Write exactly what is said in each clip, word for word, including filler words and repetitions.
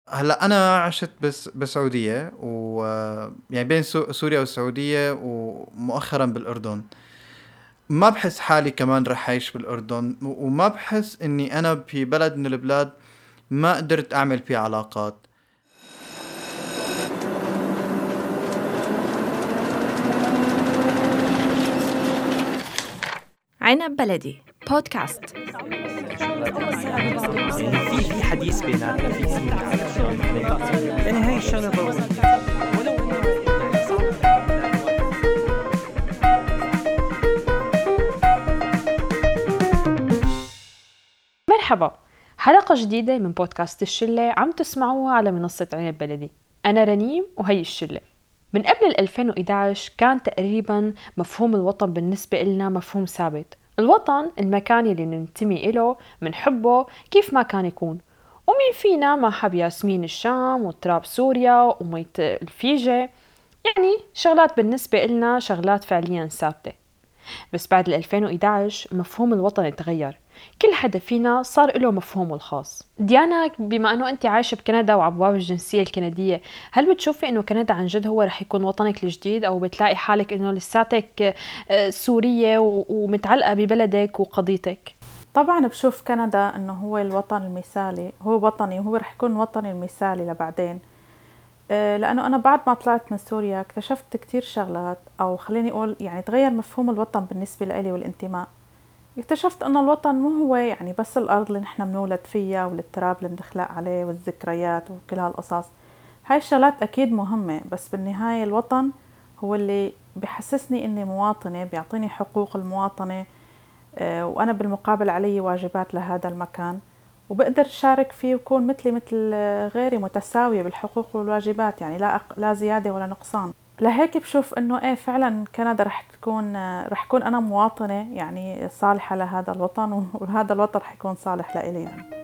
هلأ أنا عِشت بس بالسعودية، ويعني بين سو سوريا والسعودية، ومؤخرًا بالأردن. ما باحس حالي كمان رح أعيش بالأردن، و وما باحس إني أنا في بلد من البلاد ما قدرت أعمل فيه علاقات. عنب بلدي بودكاست. يعني في في حديث بيناتنا، في في نتعرف شوي من بعض. يعني هاي الشغله ضروريه. ولو انه يعني مرحبا، حلقة جديدة من بودكاست الشلة عم تسمعوها على منصة عنب بلدي. أنا رنيم وهي الشلة. من قبل ال ألفين وإحدى عشر كان تقريبا مفهوم الوطن بالنسبة لنا مفهوم ثابت. الوطن المكان اللي ننتمي إله منحبه كيف ما كان يكون. ومين فينا ما حب ياسمين الشام وتراب سوريا وميت الفيجة؟ يعني شغلات بالنسبة لنا شغلات فعليا ثابتة. بس بعد ال ألفين وإحدى عشر مفهوم الوطن تغير. كل حدا فينا صار له مفهومه الخاص. ديانا، بما انه انت عايشة بكندا وعبواب الجنسية الكندية، هل بتشوفي انه كندا عن جد هو رح يكون وطنك الجديد، او بتلاقي حالك انه لساتك آه، سورية و- ومتعلقة ببلدك وقضيتك؟ طبعا بشوف كندا انه هو الوطن المثالي، هو وطني وهو رح يكون وطني المثالي لبعدين. آه، لانه انا بعد ما طلعت من سوريا اكتشفت كتير شغلات، او خليني اقول يعني تغير مفهوم الوطن بالنسبة لي والانتماء. اكتشفت انه الوطن مو هو يعني بس الارض اللي نحن بنولد فيها والتراب اللي بنخلق عليه والذكريات وكل هالقصص. هاي الشغلات اكيد مهمة، بس بالنهاية الوطن هو اللي بحسسني اني مواطنة، بيعطيني حقوق المواطنة. آه، وأنا بالمقابل علي واجبات لهذا المكان، وبقدر شارك فيه وكون مثلي مثل غيري متساوية بالحقوق والواجبات، يعني لا أق... لا زيادة ولا نقصان. لهيك بشوف إنه إيه فعلا كندا رح تكون رح كون أنا مواطنة يعني صالحة لهذا الوطن، وهذا الوطن رح يكون صالح لإلي يعني.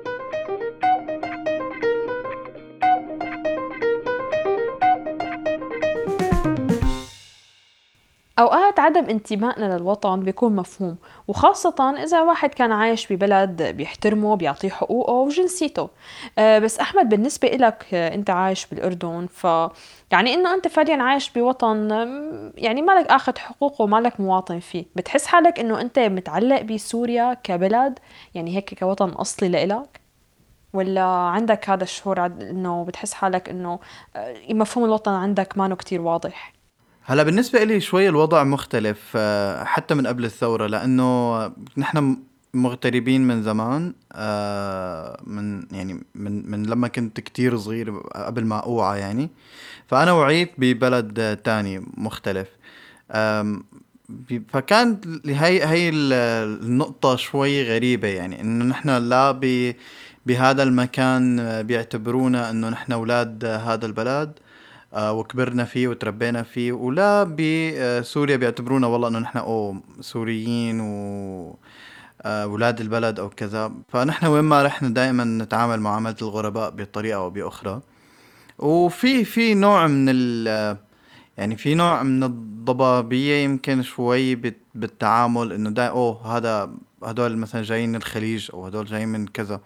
أوقات عدم انتمائنا للوطن بيكون مفهوم، وخاصة إذا واحد كان عايش ببلد بيحترمه بيعطيه حقوقه وجنسيته. أه بس أحمد، بالنسبة إلك أه أنت عايش بالأردن، ف يعني إنه أنت فعليا عايش بوطن، أم، يعني مالك أخذ حقوقه ومالك مواطن فيه، بتحس حالك إنه أنت متعلق بسوريا كبلد، يعني هيك كوطن أصلي لإلك؟ ولا عندك هذا الشعور عد- إنه بتحس حالك إنه أه، مفهوم الوطن عندك مانو كتير واضح؟ هلأ بالنسبة إلي شوي الوضع مختلف، آه، حتى من قبل الثورة، لأنه نحن م- مغتربين من زمان، آه، من يعني من من لما كنت كتير صغير قبل ما أوعى يعني. فأنا وعيت ببلد آه، تاني مختلف. آم، بي- فكانت ل- هي هي ال- النقطة شوي غريبة، يعني إنه نحن لا ب بهذا المكان آه، بيعتبرونا إنه نحن أولاد آه، هذا البلد، آه، وكبرنا فيه وتربينا فيه، ولا بسوريا بيعتبرونا والله انه نحن او سوريين و آه، ولاد البلد او كذا. فنحن وين ما رحنا دائما نتعامل معاملة الغرباء بطريقة او باخرى. وفي في نوع من ال يعني في نوع من الضبابية يمكن شوي بت- بالتعامل، انه دا اوه هذا هدول مثلا جايين من الخليج او هدول جايين من كذا.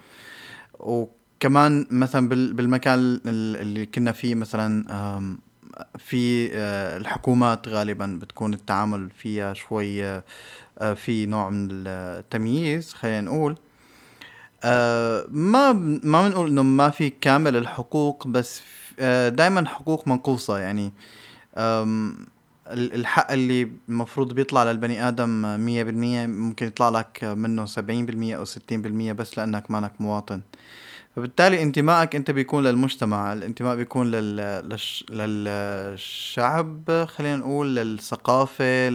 وكمان مثلا بال- بالمكان ال- اللي كنا فيه مثلا، آم، في آه، الحكومات غالبا بتكون التعامل فيها شوي آه، آه، في نوع من التمييز، خلينا نقول. آه، ما ما بنقول انه ما في كامل الحقوق، بس دائما حقوق منقوصة يعني. أم، ال- الحق اللي المفروض بيطلع للبني آدم مية بالمية ممكن يطلع لك منه سبعين بالمية أو ستين بالمية بس لأنك مانك مواطن. فبالتالي انتمائك أنت بيكون للمجتمع، الانتماء بيكون لل... للش... للشعب، خلينا نقول للثقافة،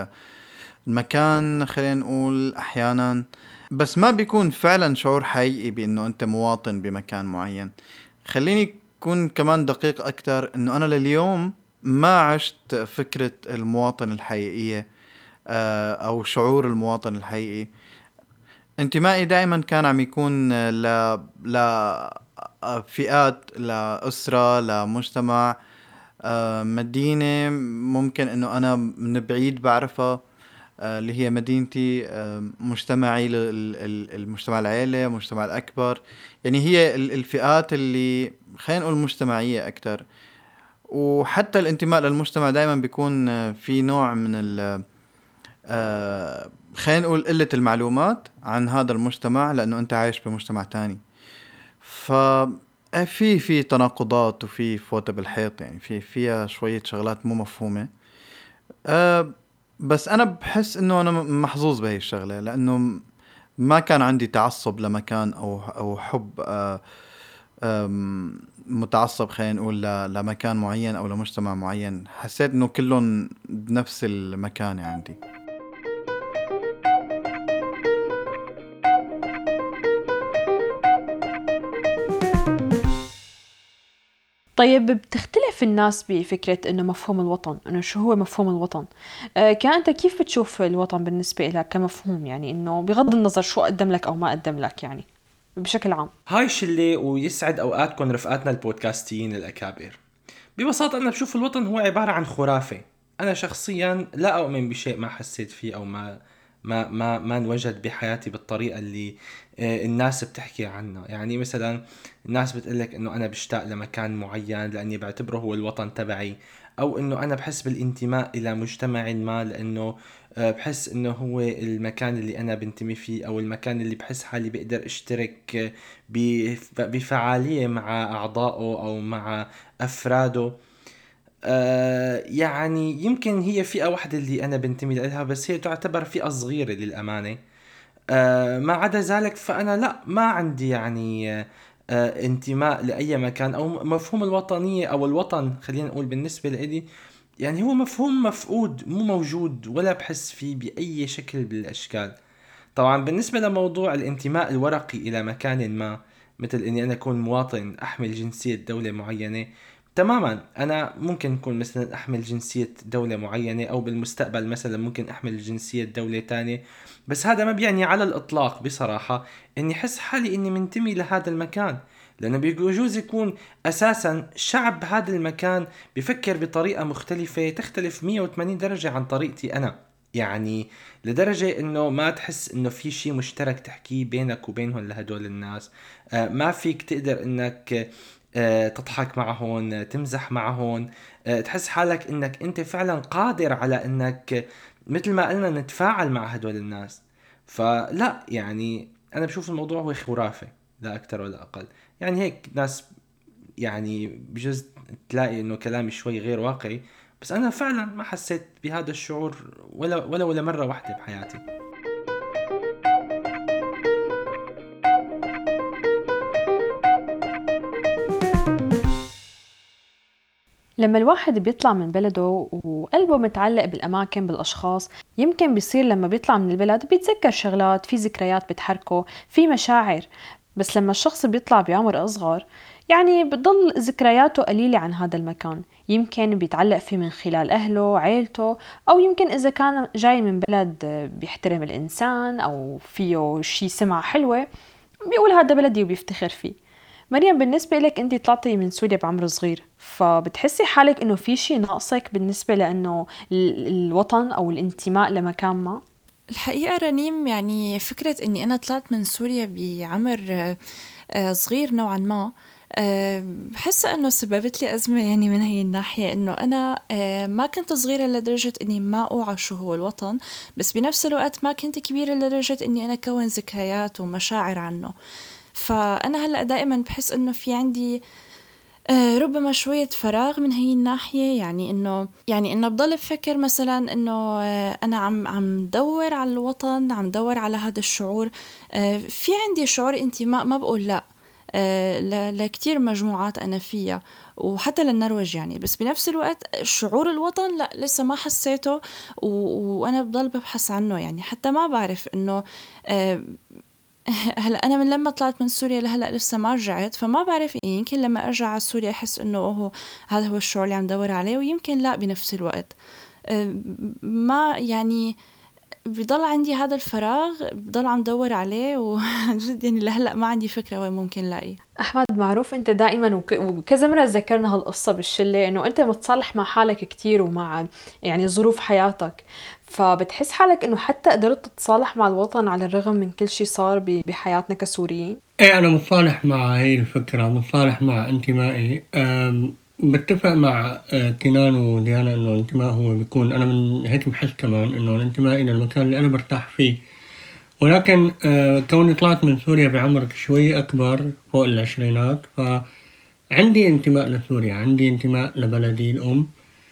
للمكان، خلينا نقول أحيانا. بس ما بيكون فعلا شعور حقيقي بأنه أنت مواطن بمكان معين. خليني أكون كمان دقيق أكتر، أنه أنا لليوم ما عشت فكرة المواطن الحقيقية، آه، أو شعور المواطن الحقيقي. انتمائي دائما كان عم يكون ل ل فئات، لأسرة، لمجتمع، آه، مدينة ممكن انه انا من بعيد بعرفها، آه، اللي هي مدينتي، آه، مجتمعي، ال- ال- المجتمع العيلة، مجتمع الأكبر. يعني هي ال- الفئات اللي خلينا نقول مجتمعية أكتر. وحتى الانتماء للمجتمع دائما بيكون آه، في نوع من ال آه، خلينا نقول قلة المعلومات عن هذا المجتمع، لأنه أنت عايش بمجتمع تاني. ف آه، في في تناقضات وفي فوتة بالحيط، يعني في فيها شوية شغلات مو مفهومة. أه بس أنا بحس إنه أنا م- محظوظ بهي الشغلة، لأنه م- ما كان عندي تعصب لمكان أو أو حب أه أم، متعصب خلينا نقول ل- لمكان معين أو لمجتمع معين. حسيت إنه كلهم بنفس المكان عندي. طيب بتختلف الناس بفكرة إنه مفهوم الوطن، إنه شو هو مفهوم الوطن؟ آه كان أنت كيف بتشوف الوطن بالنسبة لك كمفهوم، يعني إنه بغض النظر شو قدم لك أو ما قدم لك، يعني بشكل عام. هاي شلة ويسعد أوقاتكم رفقاتنا البودكاستيين الأكابر. ببساطة أنا بشوف الوطن هو عبارة عن خرافة. أنا شخصيا لا أؤمن بشيء ما حسيت فيه أو ما ما ما ما انوجد بحياتي بالطريقة اللي آه، الناس بتحكي عنها. يعني مثلا الناس بتقلك إنه أنا بشتاق لمكان معين لأني بعتبره هو الوطن تبعي، أو إنه أنا بحس بالانتماء إلى مجتمع ما لأنه آه، بحس إنه هو المكان اللي أنا بنتمي فيه، أو المكان اللي بحس حالي بقدر اشترك آه، بف- بفعالية مع أعضائه أو مع أفراده. آه يعني يمكن هي فئة واحدة اللي أنا بنتمي لها، بس هي تعتبر فئة صغيرة للأمانة. آه ما عدا ذلك فأنا لا، ما عندي يعني آه آه، انتماء لأي مكان أو مفهوم الوطنية أو الوطن. خلينا نقول بالنسبة لي يعني هو مفهوم مفقود، مو موجود ولا بحس فيه بأي شكل من الأشكال. طبعا بالنسبة لموضوع الانتماء الورقي إلى مكان ما، مثل إني أنا أكون مواطن أحمل جنسية دولة معينة، تماما أنا ممكن أكون مثلا أحمل جنسية دولة معينة، أو بالمستقبل مثلا ممكن أحمل جنسية دولة تانية. بس هذا ما بيعني على الإطلاق بصراحة إني حس حالي إني منتمي لهذا المكان، لأنه بيجوز يكون أساسا شعب هذا المكان بيفكر بطريقة مختلفة تختلف مية وثمانين درجة عن طريقتي أنا. يعني لدرجة انه ما تحس انه في شيء مشترك تحكيه بينك وبينهم لهدول الناس. آه ما فيك تقدر انك آه تضحك معهم، آه، تمزح معهم، آه تحس حالك انك انت فعلا قادر على انك مثل ما قلنا نتفاعل مع هدول الناس. فلا يعني انا بشوف الموضوع هو خرافة لا اكتر ولا اقل. يعني هيك ناس يعني بجوز تلاقي انه كلامي شوي غير واقعي، بس انا فعلا ما حسيت بهذا الشعور ولا ولا ولا مرة واحدة بحياتي. لما الواحد بيطلع من بلده وقلبه متعلق بالأماكن بالأشخاص، يمكن بيصير لما بيطلع من البلد بيتذكر شغلات، في ذكريات بتحركه، في مشاعر. بس لما الشخص بيطلع بعمر أصغر، يعني بتضل ذكرياته قليلة عن هذا المكان. يمكن بيتعلق فيه من خلال أهله، عيلته، أو يمكن إذا كان جاي من بلد بيحترم الإنسان أو فيه شي سمعة حلوة بيقول هذا بلدي وبيفتخر فيه. مريم، بالنسبة لك أنت طلعتي من سوريا بعمر صغير، فبتحسي حالك إنه في شيء ناقصك بالنسبة لأنه ال- الوطن أو الانتماء لمكان ما؟ الحقيقة رنيم، يعني فكرة إني أنا طلعت من سوريا بعمر آه، آه، صغير نوعا ما، آه، بحس إنه سببت لي أزمة. يعني من هي الناحية إنه أنا آه، ما كنت صغيرة لدرجة إني ما أوعى شو هو الوطن، بس بنفس الوقت ما كنت كبيرة لدرجة إني أنا كون ذكريات ومشاعر عنه. فأنا هلأ دائما بحس إنه في عندي آه، ربما شوية فراغ من هي الناحية. يعني إنه يعني إنه بضل بفكر مثلا إنه آه، أنا عم عم دور على الوطن، عم دور على هذا الشعور. آه، في عندي شعور انتماء، ما بقول لا، آه، ل- لكتير مجموعات أنا فيها وحتى للنرويج يعني. بس بنفس الوقت شعور الوطن لا، لسه ما حسيته و- وأنا بضل ببحث عنه. يعني حتى ما بعرف إنه آه، هلا أنا من لما طلعت من سوريا لهلا لسه ما رجعت، فما بعرف، يمكن لما أرجع على سوريا أحس إنه أوه هذا هو الشعور اللي عم دور عليه، ويمكن لا بنفس الوقت. أه، ما يعني بضل عندي هذا الفراغ بضل عم دور عليه وجد يعني لهلأ ما عندي فكرة وين ممكن لاقيه. أحمد، معروف أنت دائما وك- وكذا مرة ذكرنا هالقصة بالشلة، إنه أنت متصالح مع حالك كتير ومع يعني ظروف حياتك، فبتحس حالك إنه حتى قدرت تتصالح مع الوطن على الرغم من كل شي صار ب- بحياتنا كسوريين. ايه انا متصالح مع هاي الفكرة، متصالح مع انتمائي. أم، بتفق مع أه، كنان وديانا انه الانتماء هو بيكون، انا من هيك بحس كمان انه الانتماء الى المكان اللي انا برتاح فيه. ولكن أه، كوني طلعت من سوريا بعمر شوي اكبر فوق العشرينات، فعندي انتماء لسوريا، عندي انتماء لبلدي الام.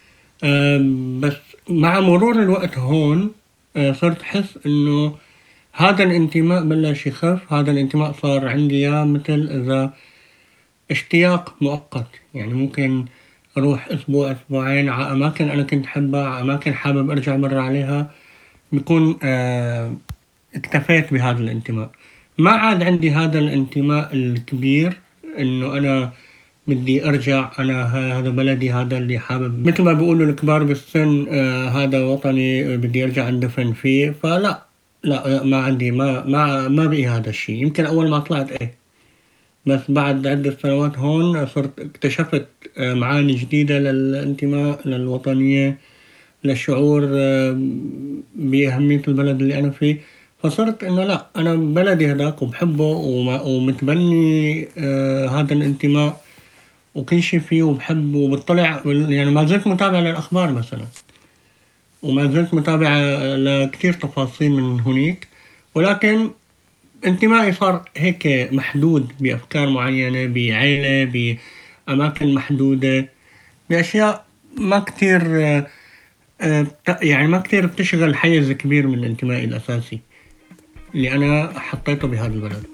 أم، بس مع مرور الوقت هون أه، صرت أحس إنه هذا الانتماء بلش يخف. هذا الانتماء صار عندي يا مثل إذا اشتياق مؤقت، يعني ممكن أروح أسبوع أسبوعين على أماكن أنا كنت أحبها، على أماكن حابب أرجع مرة عليها، بيكون آه اكتفيت بهذا الانتماء. ما عاد عندي هذا الانتماء الكبير إنه أنا بدي أرجع، أنا ه- هذا بلدي، هذا اللي حابب، مثل ما بيقولوا الكبار بالسن آه هذا وطني، آه، بدي أرجع أندفن فيه. فلا، لا لا، ما عندي، ما ما ما بقي هذا الشيء. يمكن أول ما طلعت إيه، بس بعد عدة سنوات هون صرت اكتشفت آه، معاني جديدة للانتماء، للوطنية، للشعور آه، بأهمية البلد اللي أنا فيه. فصرت إنه لا، أنا بلدي هداك وبحبه وما- ومتبني آه، هذا الانتماء وكل شيء فيه وبحبه وبطلع. يعني ما زلت متابع للأخبار مثلا، وما زلت متابع لكتير تفاصيل من هناك. ولكن انتمائي صار هيك محدود بأفكار معينة، بعيلة، بأماكن محدودة، بأشياء ما كتير آه، آه، يعني ما كتير بتشغل حيز كبير من انتمائي الأساسي اللي أنا حطيته بهذا البلد.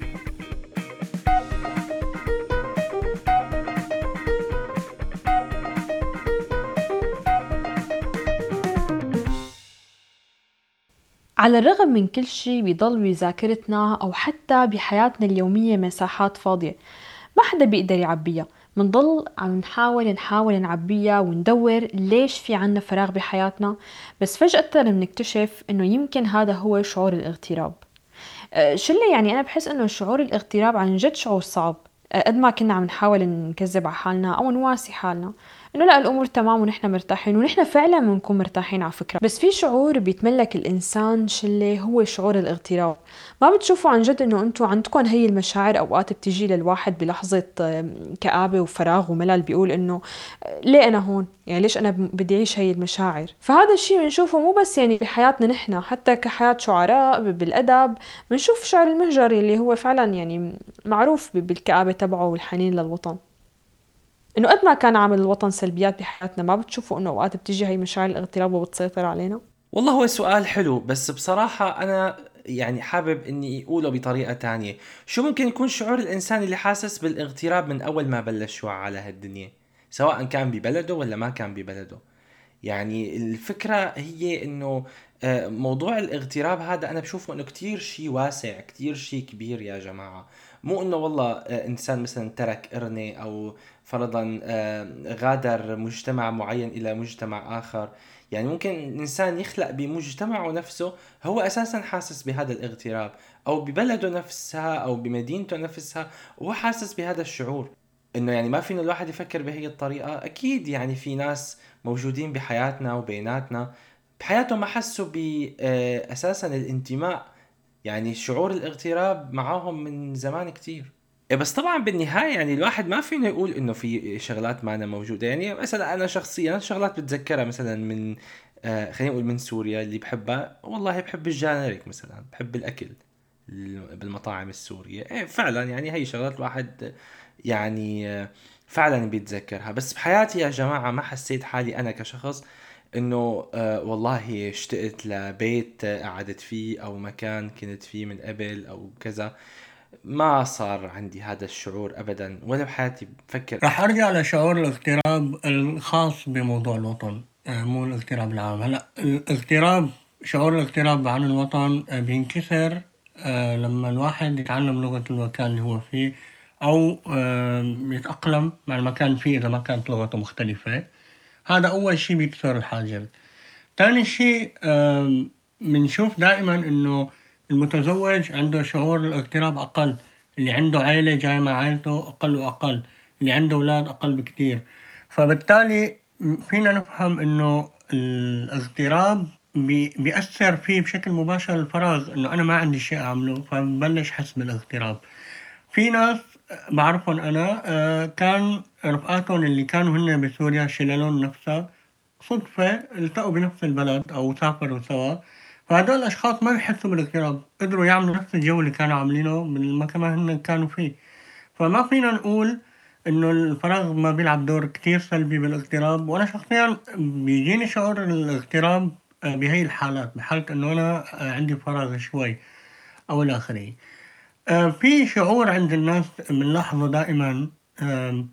على الرغم من كل شي بيضل بذاكرتنا أو حتى بحياتنا اليومية مساحات فاضية ما حدا بيقدر يعبيها. منضل عم نحاول نحاول نعبيها وندور ليش في عنا فراغ بحياتنا، بس فجأة بنكتشف إنه يمكن هذا هو شعور الاغتراب. أه، شلة يعني أنا بحس إنه شعور الاغتراب عن جد شعور صعب. أه، قد ما كنا عم نحاول نكذب على حالنا أو نواسي حالنا إنه لا الأمور تمام ونحن مرتاحين، ونحن فعلا بنكون مرتاحين على فكرة، بس في شعور بيتملك الإنسان شلة هو شعور الاغتراب. ما بتشوفوا عن جد إنه أنتوا عندكم هي المشاعر أوقات بتجي للواحد بلحظة آم، كآبة وفراغ وملل، بيقول إنه آه، ليه أنا هون؟ يعني ليش أنا ب- بدي أعيش هي المشاعر؟ فهذا الشيء بنشوفه مو بس يعني بحياتنا نحن، حتى كحياة شعراء ب- بالأدب بنشوف شعر المهجري اللي هو فعلا يعني معروف ب- بالكآبة تبعه والحنين للوطن. انه قد ما كان عامل الوطن سلبيات بحياتنا، ما بتشوفوا انه اوقات بتيجي هي مشاعر الاغتراب وبتسيطر علينا؟ والله هو سؤال حلو، بس بصراحة أنا يعني حابب إني أقوله بطريقة تانية. شو ممكن يكون شعور الإنسان اللي حاسس بالاغتراب من أول ما بلش يوعى على هالدنيا، سواء كان ببلده ولا ما كان ببلده؟ يعني الفكرة هي إنه آه، موضوع الاغتراب هذا أنا بشوفه إنه كتير شي واسع، كتير شي كبير يا جماعة. مو إنه والله آه، إنسان مثلا ترك إرنة أو فرضا آه، غادر مجتمع معين إلى مجتمع آخر. يعني ممكن الإنسان يخلق بمجتمعه نفسه هو أساسا حاسس بهذا الاغتراب، أو ببلده نفسها أو بمدينته نفسها وهو حاسس بهذا الشعور. إنه يعني ما فينا الواحد يفكر بهي الطريقة. أكيد يعني في ناس موجودين بحياتنا وبيناتنا بحياتهم ما حسوا بأساسا الانتماء، يعني شعور الاغتراب معاهم من زمان كتير. إيه بس طبعا بالنهاية يعني الواحد ما فينا يقول انه في شغلات معنا موجودة. يعني مثلا انا شخصيا شغلات بتذكرها مثلا من آه خلينا نقول من سوريا اللي بحبها، والله بحب الجانريك مثلا، بحب الاكل بالمطاعم السورية. إيه فعلا يعني هي شغلات الواحد يعني آه، فعلا بيتذكرها. بس بحياتي يا جماعة ما حسيت حالي أنا كشخص إنه آه والله اشتقت لبيت آه، قعدت فيه أو مكان كنت فيه من قبل أو كذا. ما صار عندي هذا الشعور أبدا ولا بحياتي بفكر. رح أرجع لشعور الاغتراب الخاص بموضوع الوطن، آه، مو الاغتراب العام. هلا الاغتراب، شعور الاغتراب عن الوطن آه، بينكسر آه، لما الواحد يتعلم لغة المكان اللي هو فيه، أو آه، يتأقلم مع المكان فيه إذا ما كانت لغته مختلفة. هذا أول شيء بيكسر الحاجز. تاني شيء آم، بنشوف دائما إنه المتزوج عنده شعور الاغتراب أقل، اللي عنده عيلة جاي مع عيلته أقل وأقل، اللي عنده أولاد أقل بكتير. فبالتالي فينا نفهم إنه الاغتراب بي- بيأثر فيه بشكل مباشر الفراغ، إنه أنا ما عندي شيء أعمله فببلش حس بالاغتراب. في ناس بعرفهم أنا آه، كان رفقاتهم اللي كانوا هن بسوريا شلالون نفسها صدفة التقوا بنفس البلد أو سافروا سوا، فهدول الأشخاص ما بيحسوا بالاغتراب، قدروا يعملوا نفس الجو اللي كانوا عاملينه بالمكان ما هن كانوا فيه. فما فينا نقول إنه الفراغ ما بيلعب دور كتير سلبي بالاغتراب. وأنا شخصيا بيجيني شعور الاغتراب آه، بهي الحالات، بحالة إنه أنا آه، عندي فراغ شوي أو إلى آخره. آه، في شعور عند الناس بنلاحظه دائما، آم،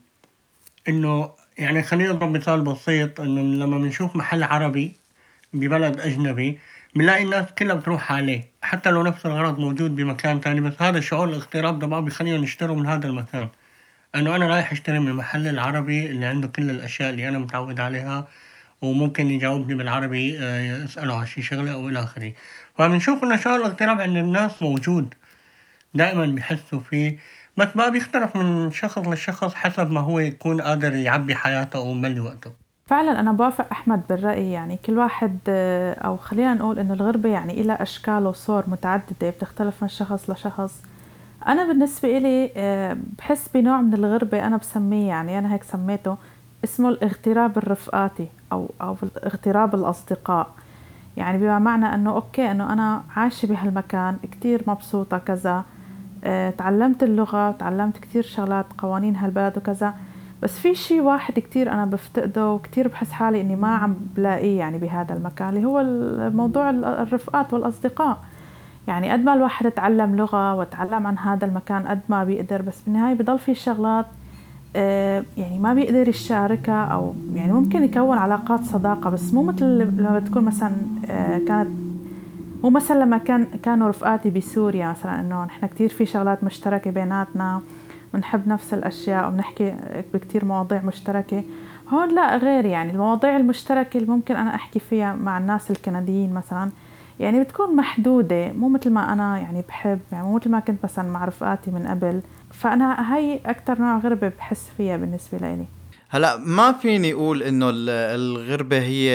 إنه يعني خلينا نضرب مثال بسيط، إنه لما بنشوف محل عربي ببلد أجنبي بنلاقي الناس كلها بتروح عليه حتى لو نفس الغرض موجود بمكان تاني، بس هذا الشعور الاغتراب ده بعض بيخليهم يشتروا من هذا المكان. إنه أنا رايح أشتري من المحل العربي اللي عنده كل الأشياء اللي أنا متعود عليها، وممكن يجاوبني بالعربي، آه، يسأله على شي شغلة أو إلى آخره. فبنشوف إنه شعور الاغتراب عند الناس موجود دائما بيحسوا فيه، بس ما بيختلف من شخص لشخص حسب ما هو يكون قادر يعبي حياته أو ملي وقته. فعلا أنا بوافق أحمد بالرأي. يعني كل واحد آه، أو خلينا نقول إنه الغربة يعني إلى أشكال وصور متعددة بتختلف من شخص لشخص. أنا بالنسبة إلي آه، بحس بنوع من الغربة أنا بسميه، يعني أنا هيك سميته، اسمه الاغتراب الرفقاتي أو أو اغتراب الأصدقاء. يعني بما معنى أنه أوكي أنه أنا عايشة بهالمكان كتير مبسوطة كذا، آه، تعلمت اللغة، تعلمت كتير شغلات قوانين هالبلد وكذا، بس في شي واحد كتير أنا بفتقده وكتير بحس حالي إني ما عم بلاقيه يعني بهذا المكان، اللي هو الموضوع الرفقات والأصدقاء. يعني قد ما الواحد تعلم لغة وتعلم عن هذا المكان قد ما بيقدر، بس بالنهاية بضل في شغلات آه، يعني ما بيقدر يشاركها، أو يعني ممكن يكون علاقات صداقة بس مو مثل لما بتكون مثلا آه، كانت مو مثلا لما كان كانوا رفقاتي بسوريا مثلا، انه نحن كتير في شغلات مشتركة بيناتنا، بنحب نفس الاشياء وبنحكي بكتير مواضيع مشتركة. هون لا، غير يعني المواضيع المشتركة اللي ممكن انا احكي فيها مع الناس الكنديين مثلا يعني بتكون محدودة، مو مثل ما انا يعني بحب، يعني مو مثل ما كنت مثلا مع رفقاتي من قبل. فانا هاي اكتر نوع غربة بحس فيها بالنسبة لي. هلا ما فيني اقول انه ال- الغربة هي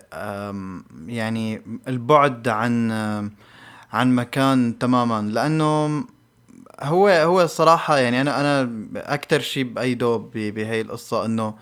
أم، يعني البعد عن أم، عن مكان تماما، لانه هو هو الصراحة يعني انا انا اكتر شيء بايده ب- بهي القصة انه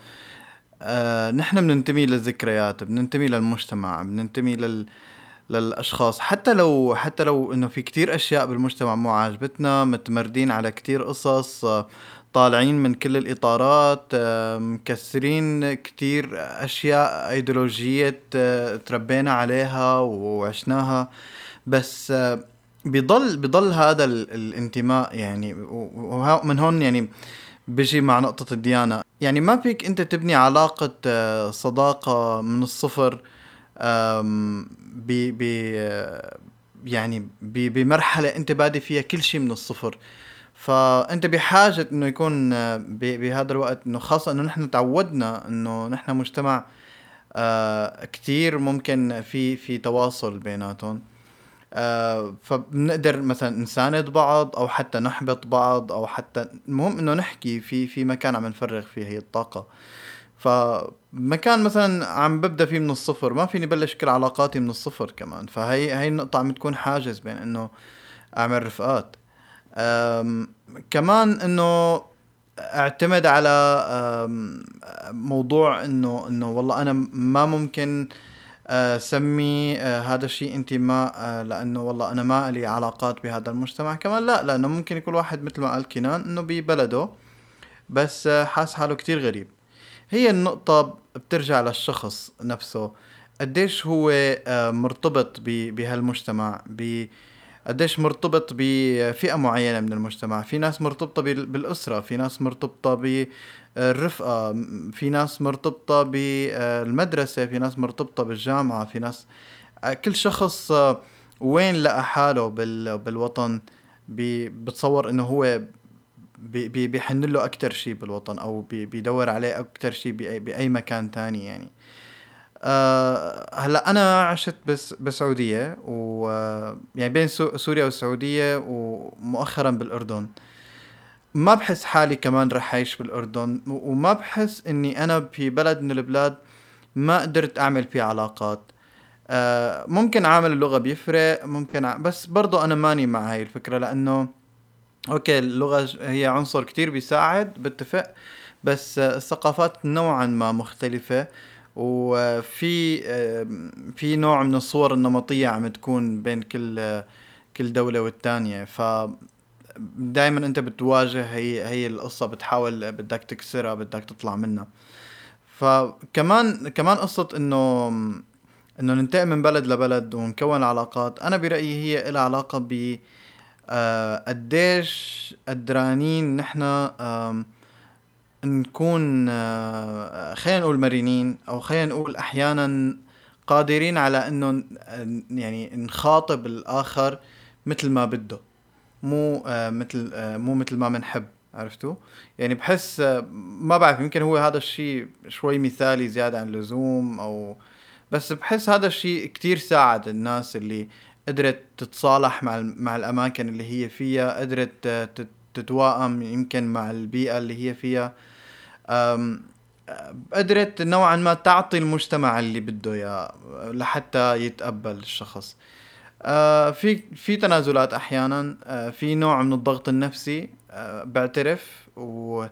آه نحن بننتمي للذكريات، بننتمي للمجتمع، بننتمي لل للاشخاص، حتى لو حتى لو انه في كتير اشياء بالمجتمع مو عاجبتنا، متمردين على كتير قصص، آه، طالعين من كل الاطارات، آه، مكسرين كتير اشياء ايديولوجية آه، تربينا عليها وعشناها، بس آه، بيضل بيضل هذا ال- الانتماء يعني. ومن هون يعني بيجي مع نقطة الديانة. يعني ما فيك انت تبني علاقة آه، صداقة من الصفر، آم، ب ب آه، يعني ب- بمرحلة انت بادي فيها كل شيء من الصفر. فانت بحاجة انه يكون آه، ب- بهذا الوقت، انه خاصة انه نحن تعودنا انه نحن مجتمع آه، كتير ممكن في في تواصل بيناتهم، آه فبنقدر مثلا نساند بعض او حتى نحبط بعض، او حتى المهم انه نحكي في في مكان عم نفرغ فيه هي الطاقة. فمكان مثلا عم ببدأ فيه من الصفر، ما فيني بلش كل علاقاتي من الصفر كمان. فهي هي النقطة عم تكون حاجز بين انه اعمل رفقات. أم كمان انه اعتمد على أم موضوع انه انه والله انا ما ممكن آه، سمي آه، هذا الشيء انتماء، آه، لانه والله انا ما لي علاقات بهذا المجتمع كمان. لا، لانه ممكن يكون واحد مثل ما قال كنان انه ببلده بس آه، حاس حاله كتير غريب. هي النقطة بترجع للشخص نفسه، قديش هو آه، مرتبط ب- بهالمجتمع، ب قديش مرتبط بفئة معينة من المجتمع. في ناس مرتبطة بال- بالأسرة، في ناس مرتبطة بالرفقة، م- في ناس مرتبطة بالمدرسة، في ناس مرتبطة بالجامعة، في ناس آه، كل شخص آه، وين لقى حاله بال- بالوطن، بي- بتصور انه هو بي- بي- بيحن له اكتر شيء بالوطن، او بي- بيدور عليه اكتر شيء بأي, بأي مكان تاني يعني. آه هلا انا عشت بس بالسعوديه، و يعني بين سو- سوريا والسعوديه، ومؤخرا بالاردن. ما بحس حالي كمان رح أعيش بالأردن، و- وما بحس إني أنا في بلد من البلاد ما قدرت أعمل فيه علاقات. آه ممكن عامل اللغة بيفرق، ممكن ع... بس برضو أنا ماني مع هاي الفكرة، لأنه أوكي اللغة ج- هي عنصر كتير بيساعد، بتفق. بس آه الثقافات نوعا ما مختلفة، وفي آه في نوع من الصور النمطية عم تكون بين كل آه كل دولة والتانية. ف دائما انت بتواجه هي هي القصة، بتحاول بدك تكسرها، بدك تطلع منها. فكمان كمان قصة انه انه ننتقل من بلد لبلد ونكون علاقات، انا برأيي هي لها علاقة ب آه، قديش قدرانين نحن آم، نكون، آه، خلينا نقول مرنين، او خلينا نقول احيانا قادرين على انه ن- يعني نخاطب الاخر مثل ما بده، مو آه مثل آه مو مثل ما بنحب. عرفتوا؟ يعني بحس آه ما بعرف، يمكن هو هذا الشيء شوي مثالي زيادة عن اللزوم، او بس بحس هذا الشيء كتير ساعد الناس اللي قدرت تتصالح مع الم- مع الاماكن اللي هي فيها، قدرت آه، تت- تتوائم يمكن مع البيئة اللي هي فيها. أم، قدرت نوعا ما تعطي المجتمع اللي بده اياه لحتى يتقبل الشخص. آه في في تنازلات احيانا، آه في نوع من الضغط النفسي، آه بعترف، و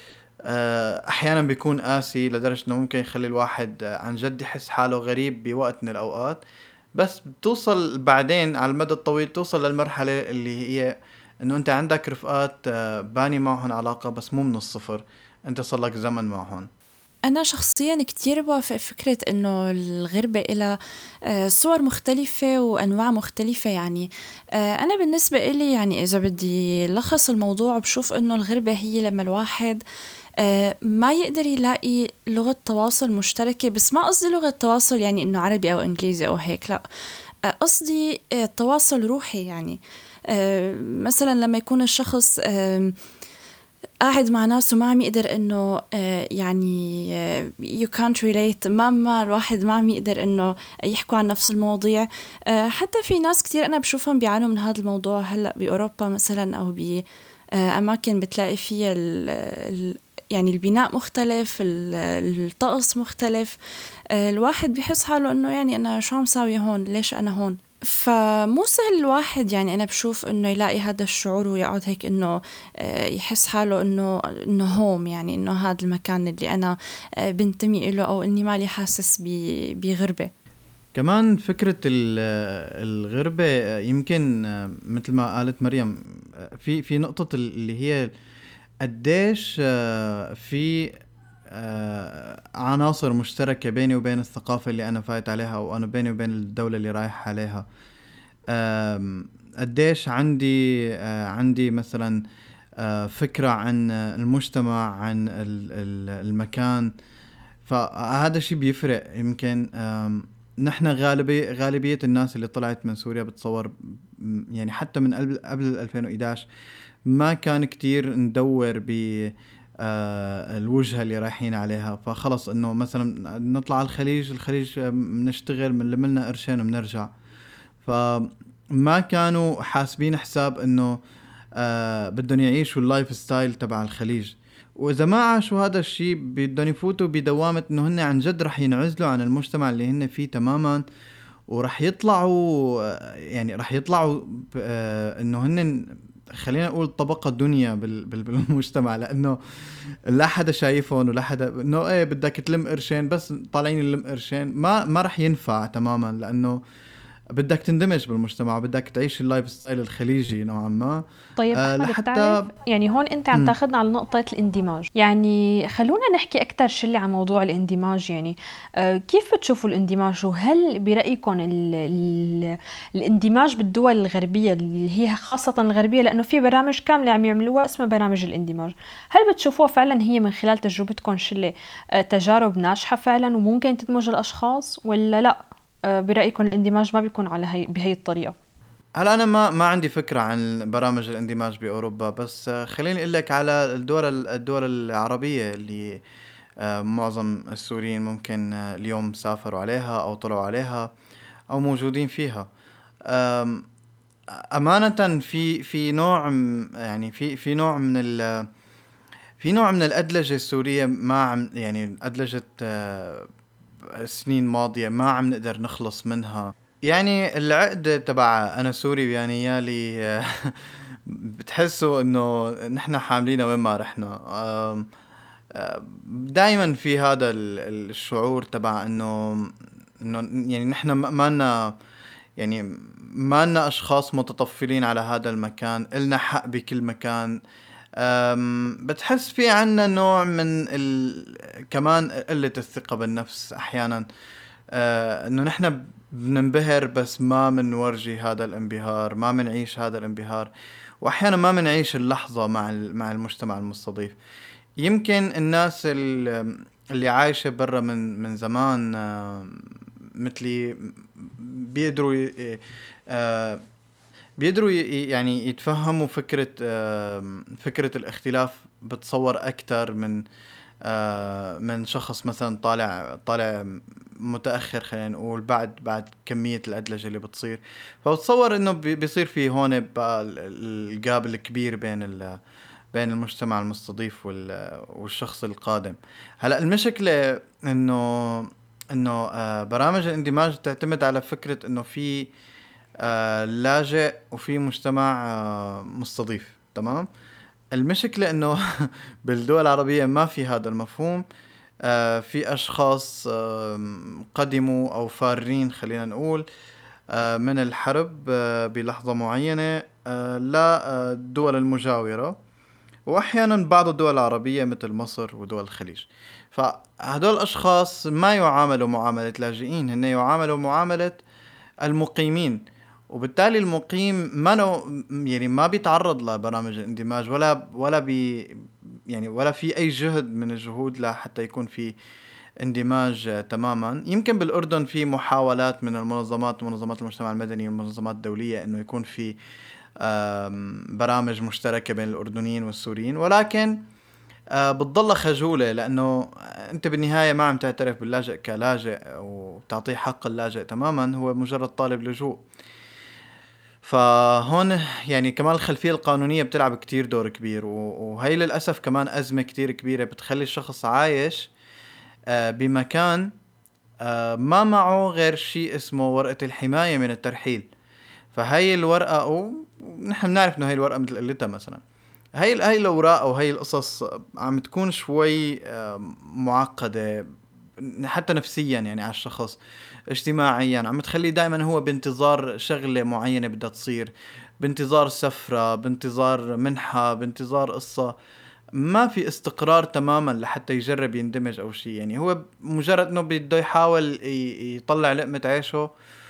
آه احيانا بيكون قاسي لدرجة انه ممكن يخلي الواحد آه عن جد يحس حاله غريب بوقت من الاوقات. بس بتوصل بعدين على المدى الطويل، توصل للمرحلة اللي هي انه انت عندك رفقات آه باني معهم علاقة، بس مو من الصفر، انت صار لك زمن معهم. أنا شخصيا كتير بوافق فكرة إنه الغربة إلها آه، صور مختلفة وأنواع مختلفة. يعني آه، أنا بالنسبة إلي، يعني إذا بدي لخص الموضوع، بشوف إنه الغربة هي لما الواحد آه، ما يقدر يلاقي لغة تواصل مشتركة. بس ما قصدي لغة تواصل يعني إنه عربي أو إنجليزي أو هيك، لا. آه، قصدي آه، تواصل روحي. يعني آه، مثلا لما يكون الشخص آم، قاعد مع ناس وما عم يقدر انه آه، يعني آه، you can't relate، ما ما الواحد ما عم يقدر انه يحكوا عن نفس المواضيع. آه، حتى في ناس كتير انا بشوفهم بيعانوا من هذا الموضوع هلا باوروبا مثلا، او باماكن بتلاقي فيها ال ال يعني البناء مختلف، ال- الطقس مختلف. آه، الواحد بيحس حاله انه يعني انا شو عم ساوي هون، ليش انا هون؟ فمو سهل الواحد، يعني أنا بشوف إنه يلاقي هذا الشعور ويقعد هيك إنه آه، يحس حاله إنه إنه هوم، يعني إنه هذا المكان اللي أنا آه، بنتمي إله، أو إني مالي حاسس ب- بغربة. كمان فكرة ال- الغربة، يمكن مثل ما قالت مريم، في في نقطة اللي هي قديش آه، في آه، عناصر مشتركة بيني وبين الثقافة اللي أنا فايت عليها، وأنا بيني وبين الدولة اللي رايح عليها. آم، قديش عندي آه، عندي مثلا آه، فكرة عن المجتمع، عن ال- ال- المكان. فهذا الشيء بيفرق. يمكن آم، نحن غالبية غالبية الناس اللي طلعت من سوريا بتصور، م- يعني حتى من قبل قبل ألفين وإحدى عشر ما كان كتير ندور ب آه، الوجهة اللي رايحين عليها. فخلص انه مثلا نطلع على الخليج، الخليج آه، بنشتغل بنلم لنا قرشين وبنرجع. فما كانوا حاسبين حساب انه آه بدهم يعيشوا اللايف ستايل تبع الخليج. واذا ما عاشوا هذا الشيء بدهم يفوتوا بدوامة انه هن عن جد رح ينعزلوا عن المجتمع اللي هن فيه تماما، ورح يطلعوا آه، يعني رح يطلعوا ب- آه، انه هن، خلينا نقول طبقة دنيا بال- بال- بالمجتمع، لانه لا حدا شايفهم، ولا حدا انه ايه بدك تلم قرشين، بس طالعين نلم قرشين. ما ما رح ينفع تماما، لانه بدك تندمج بالمجتمع، وبدك تعيش اللايف ستايل الخليجي نوعا ما. طيب أه أحمد، بتعرف لحتى يعني هون أنت عم مم. تاخدنا على نقطة الاندماج. يعني خلونا نحكي أكتر شلي عن موضوع الاندماج. يعني آه، كيف بتشوفوا الاندماج؟ وهل برأيكم ال ال الاندماج بالدول الغربية اللي هي خاصة الغربية، لأنه في برامج كاملة عم يعملوها اسمها برامج الاندماج، هل بتشوفوها فعلا هي من خلال تجربتكم شلي آه، تجارب ناجحة فعلا وممكن تدمج الأشخاص، ولا لا آه، برأيكم الاندماج ما بيكون على هي بهي الطريقة؟ هلا انا ما ما عندي فكره عن برامج الاندماج باوروبا، بس آه، خليني اقول لك على الدول الدول العربيه اللي آه، معظم السوريين ممكن آه، اليوم سافروا عليها أو طلعوا عليها أو موجودين فيها. آم، أمانة في في نوع م- يعني في في نوع من ال في نوع من الأدلجة السورية، ما عم يعني أدلجة آه، سنين ماضية ما عم نقدر نخلص منها. يعني العقدة تبع أنا سوري يعني يالي آه، بتحسوا إنه نحن حاملينها وين ما رحنا. آم، آه، دايما في هذا ال- الشعور تبع إنه إنه يعني نحن ما لنا يعني ما لنا أشخاص متطفلين على هذا المكان، إلنا حق بكل مكان. أم، بتحس في عنا نوع من ال... كمان قلة الثقة بالنفس أحيانا. أه إنه نحن بننبهر بس ما منورجي هذا الانبهار، ما منعيش هذا الانبهار، وأحيانا ما منعيش اللحظة مع ال... مع المجتمع المستضيف. يمكن الناس ال- اللي عايشة برا من من زمان آه، مثلي بيقدروا ي- آه، بيقدروا ي- يعني يتفهموا فكرة آه، فكرة الاختلاف، بتصور أكتر من آه، من شخص مثلا طالع طالع متأخر، خلينا نقول بعد بعد كمية الأدلجة اللي بتصير. فبتصور إنه بي- بيصير في هون بقى ال- ال- الجاب الكبير بين ال بين المجتمع المستضيف وال- والشخص القادم. هلا المشكلة إنه إنه آه، برامج الاندماج تعتمد على فكرة إنه في آه، لاجئ وفي مجتمع آه، مستضيف، تمام. المشكلة انه بالدول العربية ما في هذا المفهوم. آه في اشخاص آه قدموا او فارين، خلينا نقول، آه من الحرب آه بلحظة معينة آه للدول المجاورة، واحيانا بعض الدول العربية مثل مصر ودول الخليج. فهدول الاشخاص ما يعاملوا معاملة لاجئين، هن يعاملوا معاملة المقيمين. وبالتالي المقيم ما نو يعني ما بيتعرض لبرامج الاندماج ولا ولا بي يعني ولا في اي جهد من الجهود لحتى يكون في اندماج آه، تماما. يمكن بالاردن في محاولات من المنظمات ومنظمات المجتمع المدني والمنظمات الدولية انه يكون في آم، برامج مشتركة بين الاردنيين والسوريين، ولكن آه، بتضل خجولة، لأنه أنت بالنهاية ما عم تعترف باللاجئ كلاجئ وتعطيه حق اللاجئ تماما، هو مجرد طالب لجوء. فهون يعني كمان الخلفية القانونية بتلعب كتير دور كبير، و- وهي للأسف كمان أزمة كتير كبيرة بتخلي الشخص عايش آه، بمكان آه، ما معه غير شيء اسمه ورقة الحماية من الترحيل. فهي الورقة، ونحن بنعرف إنه هي الورقة مثل قلتها مثلا، هاي هاي الاوراق او هاي القصص عم تكون شوي آه، معقده، حتى نفسيا يعني على الشخص، اجتماعيا عم تخليه دائما هو بانتظار شغله معينه بدها تصير، بانتظار سفره، بانتظار منحه، بانتظار قصه. ما في استقرار تماما لحتى يجرب يندمج او شيء. يعني هو مجرد انه بده يحاول ي- يطلع لقمه عيشه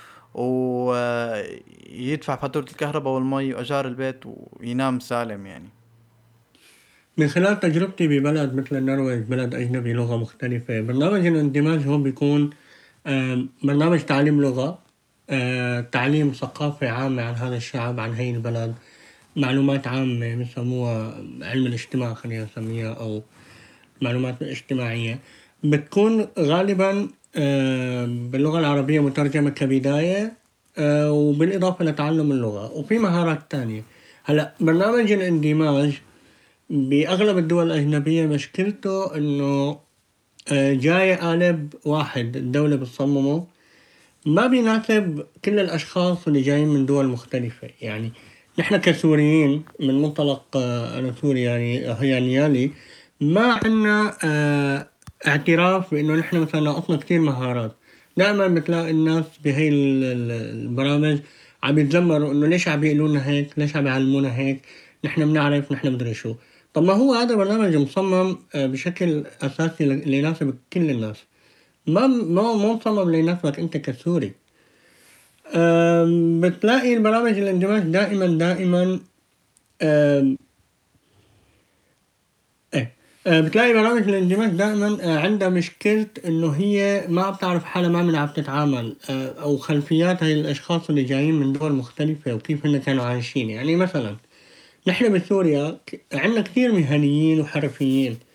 ويدفع فاتورة الكهرباء والمي وأجار البيت وينام سالم يعني. من خلال تجربتي ببلد مثل النرويج، بلد أجنبي لغة مختلفة، برنامج الاندماج هو بيكون آم، برنامج تعليم لغة، آه، تعليم ثقافة عامة عن هذا الشعب، عن هاي البلد، معلومات عامة بيسموها علم الاجتماع خلينا نسميها، أو معلومات اجتماعية. بتكون غالبا آه، باللغة العربية مترجمة كبداية، آه، وبالإضافة لتعلم اللغة، وفي مهارات تانية. هلأ برنامج الاندماج بأغلب الدول الأجنبية مشكلته إنه آه، جاي قالب واحد الدولة بتصممه، ما بيناسب كل الأشخاص اللي جايين من دول مختلفة. يعني نحن كسوريين من منطلق آه، أنا سوري يعني هي نيالي، ما عنا آه، اعتراف بإنه نحن مثلا ناقصنا كتير مهارات. دائما بتلاقي الناس بهي ال- ال- البرامج عم يتذمروا إنه ليش عم بيقولوا لنا هيك، ليش عم يعلمونا هيك، نحن بنعرف، نحن مدري شو. طب ما هو هذا برنامج مصمم آه، بشكل أساسي ل- ليناسب كل الناس، ما ما مو مصمم ليناسبك أنت كسوري. أم، بتلاقي البرامج الاندماج دائما دائما أم، ايه أه، بتلاقي برامج الاندماج دائما أه، عندها مشكلة انه هي ما بتعرف حالها، ما من عم تتعامل أه، او خلفيات هاي الاشخاص اللي جايين من دول مختلفة وكيف هن كانوا عايشين. يعني مثلا نحن بسوريا ك- عندنا كثير مهنيين وحرفيين،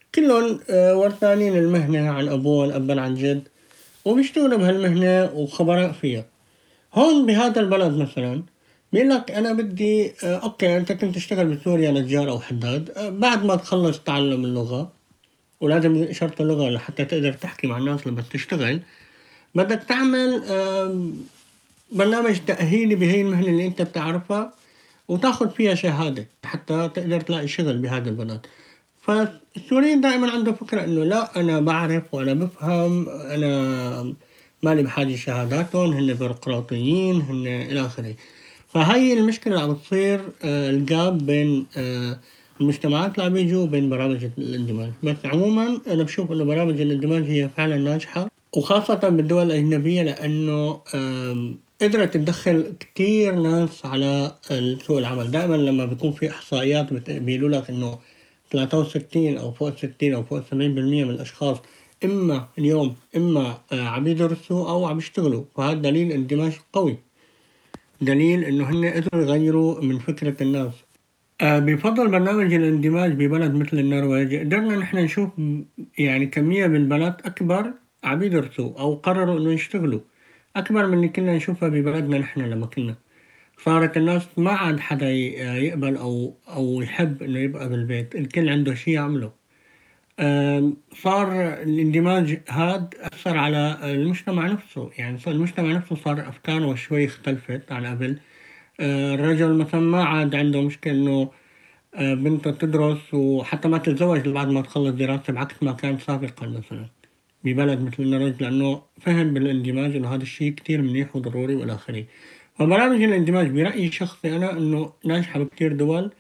كلهم آه، ورثانين المهنة عن أبوهم أبا عن جد، وبيشتغلوا بهالمهنة وخبراء فيها. هون بهذا البلد مثلا بيقول لك أنا بدي آه، أوكي أنت كنت تشتغل بسوريا نجار أو حداد، آه، بعد ما تخلص تعلم اللغة، ولازم شرط اللغة لحتى تقدر تحكي مع الناس لما تشتغل، بدك تعمل آم، برنامج تأهيلي بهي المهنة اللي أنت بتعرفها، وتاخد فيها شهادة حتى تقدر تلاقي شغل بهذا البلد. فالسوريين دائما عنده فكرة إنه لا أنا بعرف وأنا بفهم، أنا مالي بحاجة شهاداتهم، هن بيروقراطيين، هن إلى آخره. فهاي المشكلة اللي عم تصير، آه، الجاب بين آه، المجتمعات اللي عم يجوا وبين برامج الاندماج. بس عموما أنا بشوف إنه برامج الاندماج هي فعلا ناجحة، وخاصة بالدول الأجنبية، لأنه آم، قدرت تدخل كتير ناس على سوق العمل. دائما لما بيكون في إحصائيات بت- بيقولوا لك إنه ثلاثة وستين أو فوق ستين أو فوق سبعين بالمية من الأشخاص إما اليوم إما آه، عم يدرسوا أو عم يشتغلوا، فهذا دليل اندماج قوي، دليل إنه هن قدروا يغيروا من فكرة الناس. آه، بفضل برنامج الاندماج ببلد مثل النرويج قدرنا نحن نشوف م- يعني كمية من البنات أكبر عم يدرسوا أو قرروا إنه يشتغلوا أكبر من اللي كنا نشوفها ببلدنا نحن لما كنا. صارت الناس ما عاد حدا ي- آه، يقبل أو أو يحب إنه يبقى بالبيت، الكل عنده شي يعمله. آم، صار الاندماج هاد أثر على المجتمع نفسه، يعني صار المجتمع نفسه صار أفكاره شوي اختلفت عن قبل. آه، الرجل مثلا ما عاد عنده مشكلة إنه آه، بنته تدرس وحتى ما تتزوج بعد ما تخلص دراسة، بعكس ما كان سابقا مثلا ببلد مثل النرويج، لأنه فهم بالاندماج إنه هذا الشيء كتير منيح وضروري والى آخره. فبرامج الاندماج برأيي الشخصي أنا إنه ناجحة بكتير دول،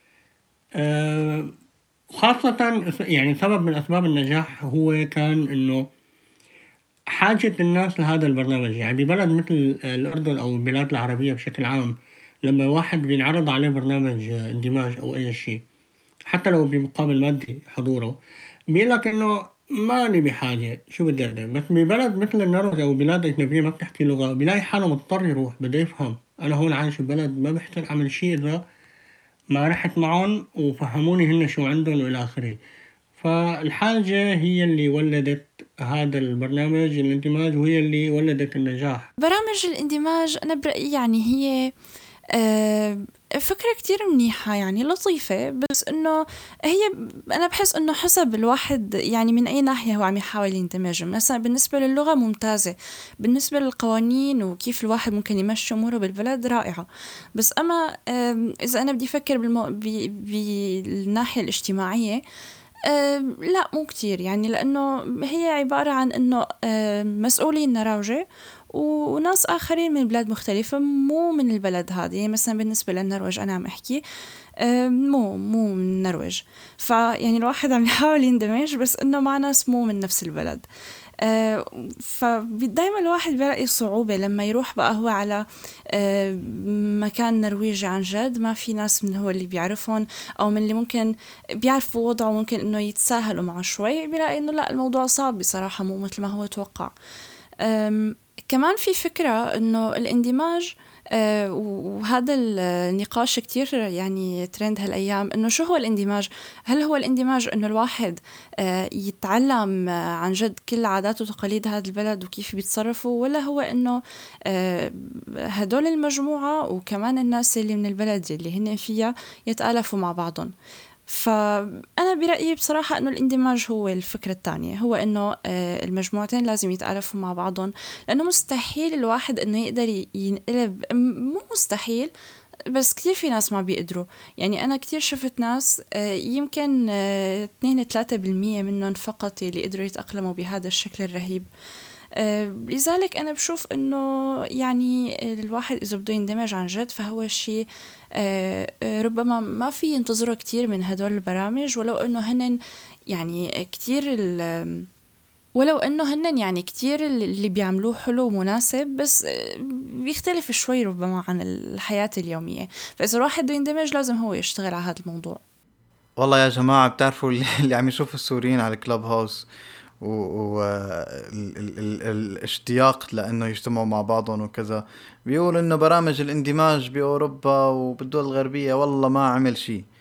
آه، خاصة يعني سبب من أسباب النجاح هو كان إنه حاجة الناس لهذا البرنامج. يعني ببلد مثل الأردن أو البلاد العربية بشكل عام، لما واحد بينعرض عليه برنامج اندماج أو أي شيء، حتى لو بمقابل مادي حضوره، بيقول لك إنه ماني بحاجة، شو بدي أقدم. بس ببلد مثل النرويج أو بلاد أجنبية ما بتحكي لغة، بيلاقي حاله مضطر يروح، بده يفهم أنا هون عايش ببلد ما بحتاج أعمل شيء إذا ما رحت معهم وفهموني هن شو عندهم وإلى آخره. فالحاجة هي اللي ولدت هذا البرنامج الاندماج، وهي اللي ولدت النجاح. برامج الاندماج أنا برأيي يعني هي آه، فكرة كتير منيحة، يعني لطيفة، بس إنه هي أنا بحس إنه حسب الواحد يعني من أي ناحية هو عم يحاول يندمج. مثلا بالنسبة للغة ممتازة، بالنسبة للقوانين وكيف الواحد ممكن يمشي أموره بالبلد رائعة. بس أما آم، إذا أنا بدي أفكر بالمو... ب... بالناحية الاجتماعية، أه لا مو كتير، يعني لأنه هي عبارة عن أنه أه مسؤولين نراوجة وناس آخرين من بلاد مختلفة مو من البلد هذه. يعني مثلا بالنسبة للنرويج أنا عم أحكي أه مو مو من النرويج، فيعني الواحد عم يحاول يندمج بس إنه مع ناس مو من نفس البلد. آه، فدايما الواحد بيلاقي صعوبة لما يروح بقى هو على آه، مكان نرويجي عن جد ما في ناس من هو اللي بيعرفهم أو من اللي ممكن بيعرفوا وضعه، ممكن إنه يتساهلوا معه شوي، بيلاقي إنه لا الموضوع صعب بصراحة، مو مثل ما هو توقع. أم، كمان في فكرة إنه الاندماج، أه، وهذا النقاش كتير يعني ترند هالأيام، إنه شو هو الاندماج؟ هل هو الاندماج إنه الواحد أه، يتعلم أه، عن جد كل عادات وتقاليد هذا البلد وكيف بيتصرفوا، ولا هو إنه أه، هدول المجموعة وكمان الناس اللي من البلد اللي هن فيها يتآلفوا مع بعضهم؟ فأنا برأيي بصراحة إنه الاندماج هو الفكرة الثانية، هو إنه آه، المجموعتين لازم يتعرفوا مع بعضهم، لأنه مستحيل الواحد إنه يقدر ينقلب، م- مو مستحيل بس كتير في ناس ما بيقدروا. يعني أنا كتير شفت ناس آه، يمكن آه، اثنين ثلاثة بالمية منهم فقط اللي قدروا يتأقلموا بهذا الشكل الرهيب. آه، لذلك أنا بشوف إنه يعني الواحد إذا بده يندمج عن جد فهو شيء آه، آه، ربما ما في ينتظره كتير من هدول البرامج، ولو إنه هن يعني كتير ال- ولو إنه هن يعني كتير اللي بيعملوه حلو ومناسب، بس آه، بيختلف شوي ربما عن الحياة اليومية. فإذا الواحد بده يندمج لازم هو يشتغل على هذا الموضوع. والله يا جماعة بتعرفوا اللي اللي عم يشوف السوريين على الكلاب هاوس والاشتياق لأنه يجتمعوا مع بعضهم وكذا، بيقول إنه برامج الاندماج بأوروبا وبالدول الغربية والله ما عمل شيء.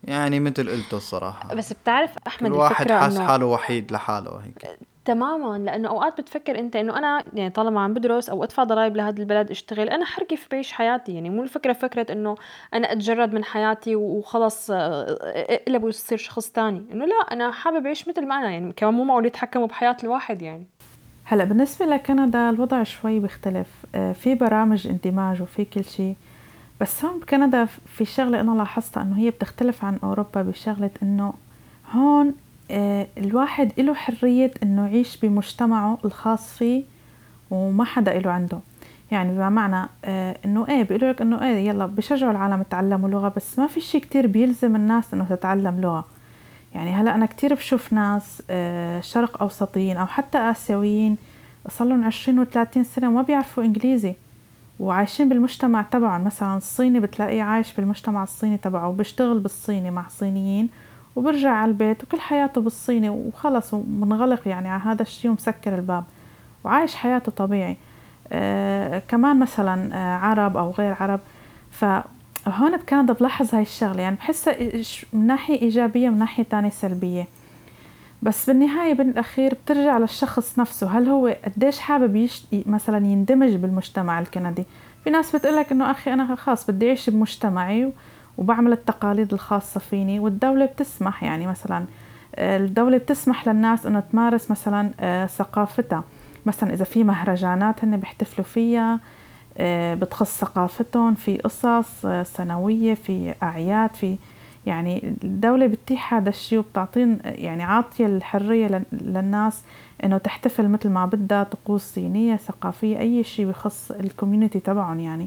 يعني مثل قلته الصراحة، بس بتعرف كل احمد واحد الفكره حاس انه حاله وحيد لحاله هيك. تماما، لانه اوقات بتفكر انت انه انا يعني طالما عم بدرس او ادفع ضرائب لهذا البلد اشتغل، انا حر كيف بعيش حياتي. يعني مو الفكره فكره انه انا اتجرد من حياتي وخلص آه، اقلب ويصير شخص تاني. انه لا، انا حابب اعيش مثل ما انا، يعني كمان مو معقول يتحكموا بحياه الواحد يعني. هلا بالنسبة لكندا الوضع شوي بيختلف، آه، في برامج اندماج وفي كل شيء، بس هون بكندا في شغلة أنا لاحظتها إنه هي بتختلف عن أوروبا بشغلة إنه هون آه، الواحد له حرية إنه يعيش بمجتمعه الخاص فيه وما حدا له عنده. يعني بمعنى آه، إنه إيه بيقولوا لك إنه إيه يلا بشجعوا العالم يتعلموا لغة، بس ما في شيء كتير بيلزم الناس إنه تتعلم لغة. يعني هلا أنا كتير بشوف ناس آه، شرق أوسطيين أو حتى آسيويين صارلهم عشرين وثلاثين سنة وما بيعرفوا إنجليزي وعايشين بالمجتمع تبعهم. مثلا الصيني بتلاقيه عايش بالمجتمع الصيني تبعه وبيشتغل بالصيني مع صينيين وبرجع على البيت وكل حياته بالصيني وخلص ومنغلق يعني على هذا الشيء ومسكر الباب وعايش حياته طبيعي. آه كمان مثلا آه عرب أو غير عرب. فهون بكندا بلاحظ هاي الشغلة، يعني بحسها إيش- من ناحية إيجابية من ناحية تانية سلبية. بس بالنهاية بالأخير بترجع للشخص نفسه، هل هو قديش حابب يش... مثلا يندمج بالمجتمع الكندي. في ناس بتقولك إنه أخي أنا خلاص بدي أعيش بمجتمعي وبعمل التقاليد الخاصة فيني والدولة بتسمح، يعني مثلا آه، الدولة بتسمح للناس إنه تمارس مثلا آه، ثقافتها. مثلا إذا في مهرجانات هن بيحتفلوا فيها آه، بتخص ثقافتهم، في قصص آه، سنوية، في أعياد، في يعني الدولة بتتيح هذا الشيء وبتعطين يعني عاطية الحرية لل- للناس إنه تحتفل مثل ما بدها، طقوس دينية ثقافية أي شيء بخص الكوميونتي تبعهم يعني.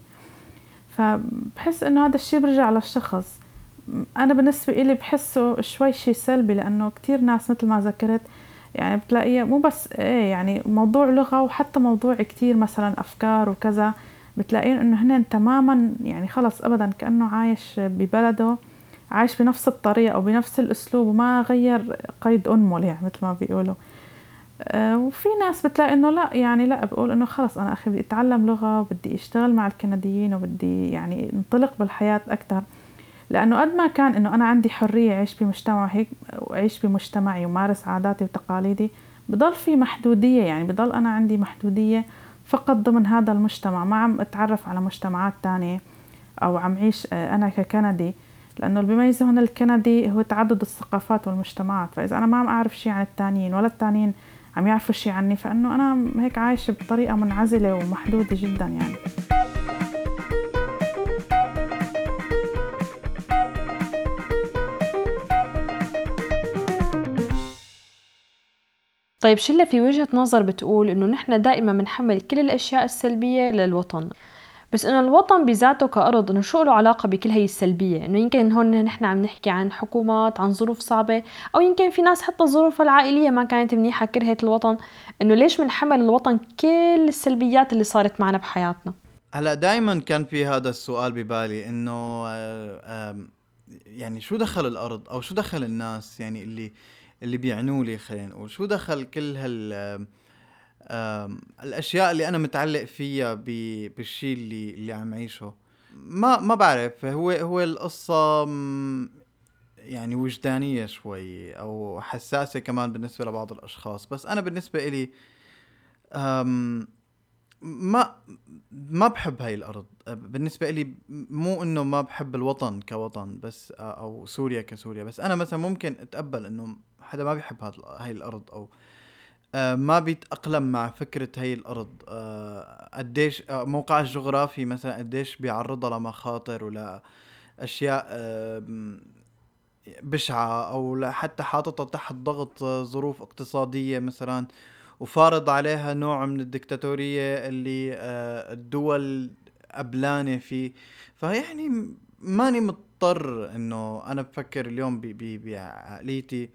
فبحس إنه هذا الشيء برجع للشخص. أنا بالنسبة إلي بحسه شوي شيء سلبي، لأنه كتير ناس مثل ما ذكرت يعني بتلاقيها مو بس إيه يعني موضوع لغة وحتى موضوع كتير مثلا أفكار وكذا، بتلاقين إنه هن تماما يعني خلص أبدا كأنه عايش ببلده، عايش بنفس الطريقة أو بنفس الأسلوب وما غير قيد أنمل يعني مثل ما بيقولوا. أه وفي ناس بتلاقي إنه لا يعني لا بقول إنه خلص أنا أخي بدي أتعلم لغة وبدي أشتغل مع الكنديين وبدي يعني انطلق بالحياة أكتر. لأنه قد ما كان إنه أنا عندي حرية أعيش بمجتمع هيك وأعيش بمجتمعي ومارس عاداتي وتقاليدي، بضل في محدودية، يعني بضل أنا عندي محدودية فقط ضمن هذا المجتمع، ما عم أتعرف على مجتمعات تانية أو عم عيش آه، أنا ككندي. لأنه اللي بيميزه هنا الكندي هو تعدد الثقافات والمجتمعات، فإذا أنا ما عم أعرف شيء عن التانيين ولا التانيين عم يعرفوا شيء عني، فإنه أنا هيك عايشة بطريقة منعزلة ومحدودة جدا يعني. طيب شلة، في وجهة نظر بتقول إنه نحن دائما بنحمل كل الأشياء السلبية للوطن، بس إنه الوطن بذاته كأرض إنه شو له علاقة بكل هي السلبية؟ إنه يمكن هون نحن عم نحكي عن حكومات، عن ظروف صعبة، أو يمكن في ناس حتى ظروفها العائلية ما كانت منيحة كرهت الوطن. إنه ليش بنحمل الوطن كل السلبيات اللي صارت معنا بحياتنا؟ هلا دائما كان في هذا السؤال ببالي انه آه، آم، يعني شو دخل الارض او شو دخل الناس، يعني اللي اللي بيعنوا لي، خلينا نقول شو دخل كل هال آم، آم، الاشياء اللي انا متعلق فيها ب- بالشيء اللي اللي عم عيشه. ما ما بعرف، هو هو القصة مم، يعني وجدانية شوي او حساسة كمان بالنسبة لبعض الاشخاص، بس انا بالنسبة إلي أم ما ما بحب هاي الأرض. بالنسبة لي مو إنه ما بحب الوطن كوطن بس أو سوريا كسوريا، بس أنا مثلا ممكن أتقبل إنه حدا ما بيحب هاد هاي الأرض أو آه، ما بيتأقلم مع فكرة هاي الأرض. آه، قديش آه، موقعها الجغرافي مثلا قديش بيعرضها لمخاطر ولا أشياء آه، بشعة، أو حتى حاططها تحت ضغط آه، ظروف اقتصادية مثلا، وفارض عليها نوع من الدكتاتورية اللي آه، الدول قبلانة فيه. فيعني ماني مضطر انه انا بفكر اليوم ب- ب- بعقليتي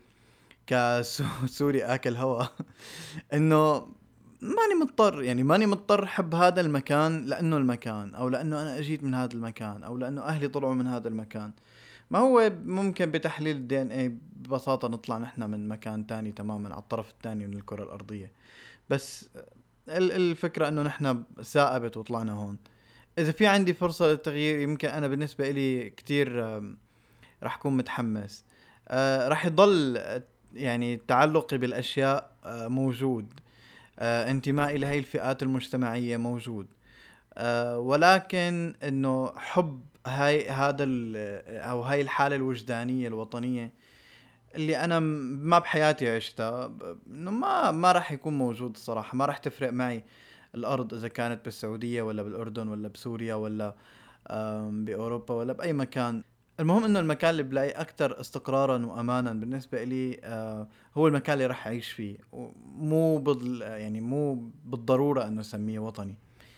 كسوري اكل هوا انه ماني مضطر، يعني ماني مضطر حب هذا المكان لانه المكان، او لانه انا اجيت من هذا المكان، او لانه اهلي طلعوا من هذا المكان. ما هو ممكن بتحليل الدي ان اي ببساطة نطلع نحن من مكان تاني تماما على الطرف الثاني من الكرة الارضية، بس ال- الفكرة انه نحن ثائبت وطلعنا هون. اذا في عندي فرصة للتغيير، يمكن انا بالنسبة لي كتير آم، رح كون متحمس. آه رح يضل يعني تعلقي بالأشياء آه موجود، آه انتمائي لهي الفئات المجتمعية موجود، آه ولكن إنه حب هاي هذا أو هاي الحالة الوجدانية الوطنية اللي أنا ما بحياتي عشتها، إنه ما ما رح يكون موجود الصراحة. ما رح تفرق معي الأرض إذا كانت بالسعودية ولا بالأردن ولا بسوريا ولا بأوروبا ولا بأي مكان. المهم إنه المكان اللي بلاقي أكتر استقرارا وأمانا بالنسبة لي آه هو المكان اللي رح أعيش فيه، مو بال يعني مو بالضرورة إنه سميه وطني.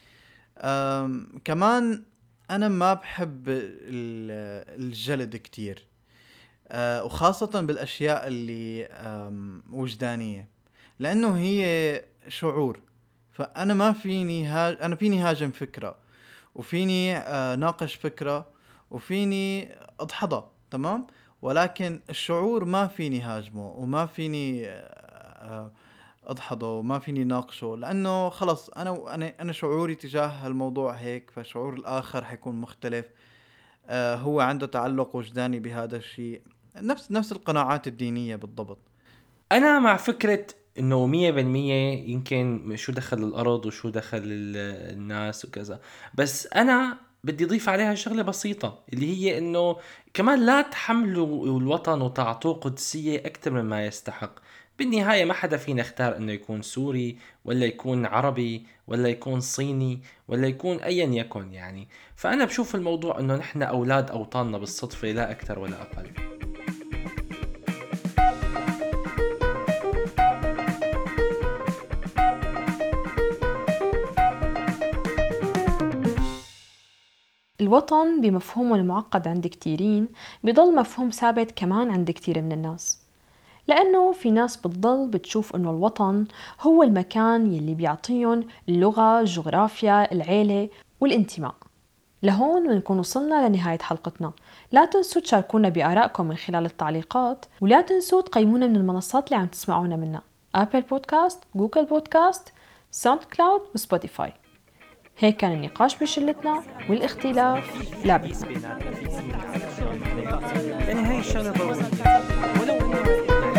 كمان أنا ما بحب الجلد كتير، أه وخاصة بالأشياء اللي وجدانية، لأنه هي شعور. فأنا ما فيني هاج... أنا فيني هاجم فكرة، وفيني آه ناقش فكرة، وفيني أضحضها، تمام، ولكن الشعور ما فيني هاجمه وما فيني آه أضحضه وما فيني ناقشه، لأنه خلص أنا أنا أنا شعوري تجاه الموضوع هيك، فشعور الآخر حيكون مختلف. آه هو عنده تعلق وجداني بهذا الشيء، نفس نفس القناعات الدينية بالضبط. أنا مع فكرة إنه مية بالمية يمكن شو دخل الأرض وشو دخل الناس وكذا، بس أنا بدي أضيف عليها شغلة بسيطة اللي هي إنه كمان لا تحملوا الوطن وتعطوه قدسية أكتر مما يستحق. بالنهاية ما حدا فينا اختار إنه يكون سوري ولا يكون عربي ولا يكون صيني ولا يكون أيا يكن يعني. فأنا بشوف الموضوع إنه نحن أولاد أوطاننا بالصدفة، لا أكتر ولا أقل. الوطن بمفهومه المعقد عند كتيرين بيضل مفهوم ثابت كمان عند كتير من الناس، لأنه في ناس بتضل بتشوف أنه الوطن هو المكان يلي بيعطيهم اللغة، الجغرافيا، العيلة والانتماء. لهون بنكون وصلنا لنهاية حلقتنا. لا تنسوا تشاركونا بآرائكم من خلال التعليقات، ولا تنسوا تقيمونا من المنصات اللي عم تسمعونا منها: أبل بودكاست، جوجل بودكاست، ساوند كلاود وسبوتيفاي. هيك كان النقاش بشلتنا، والاختلاف لعبتنا. يعني هاي الشغلة ضرورية ولو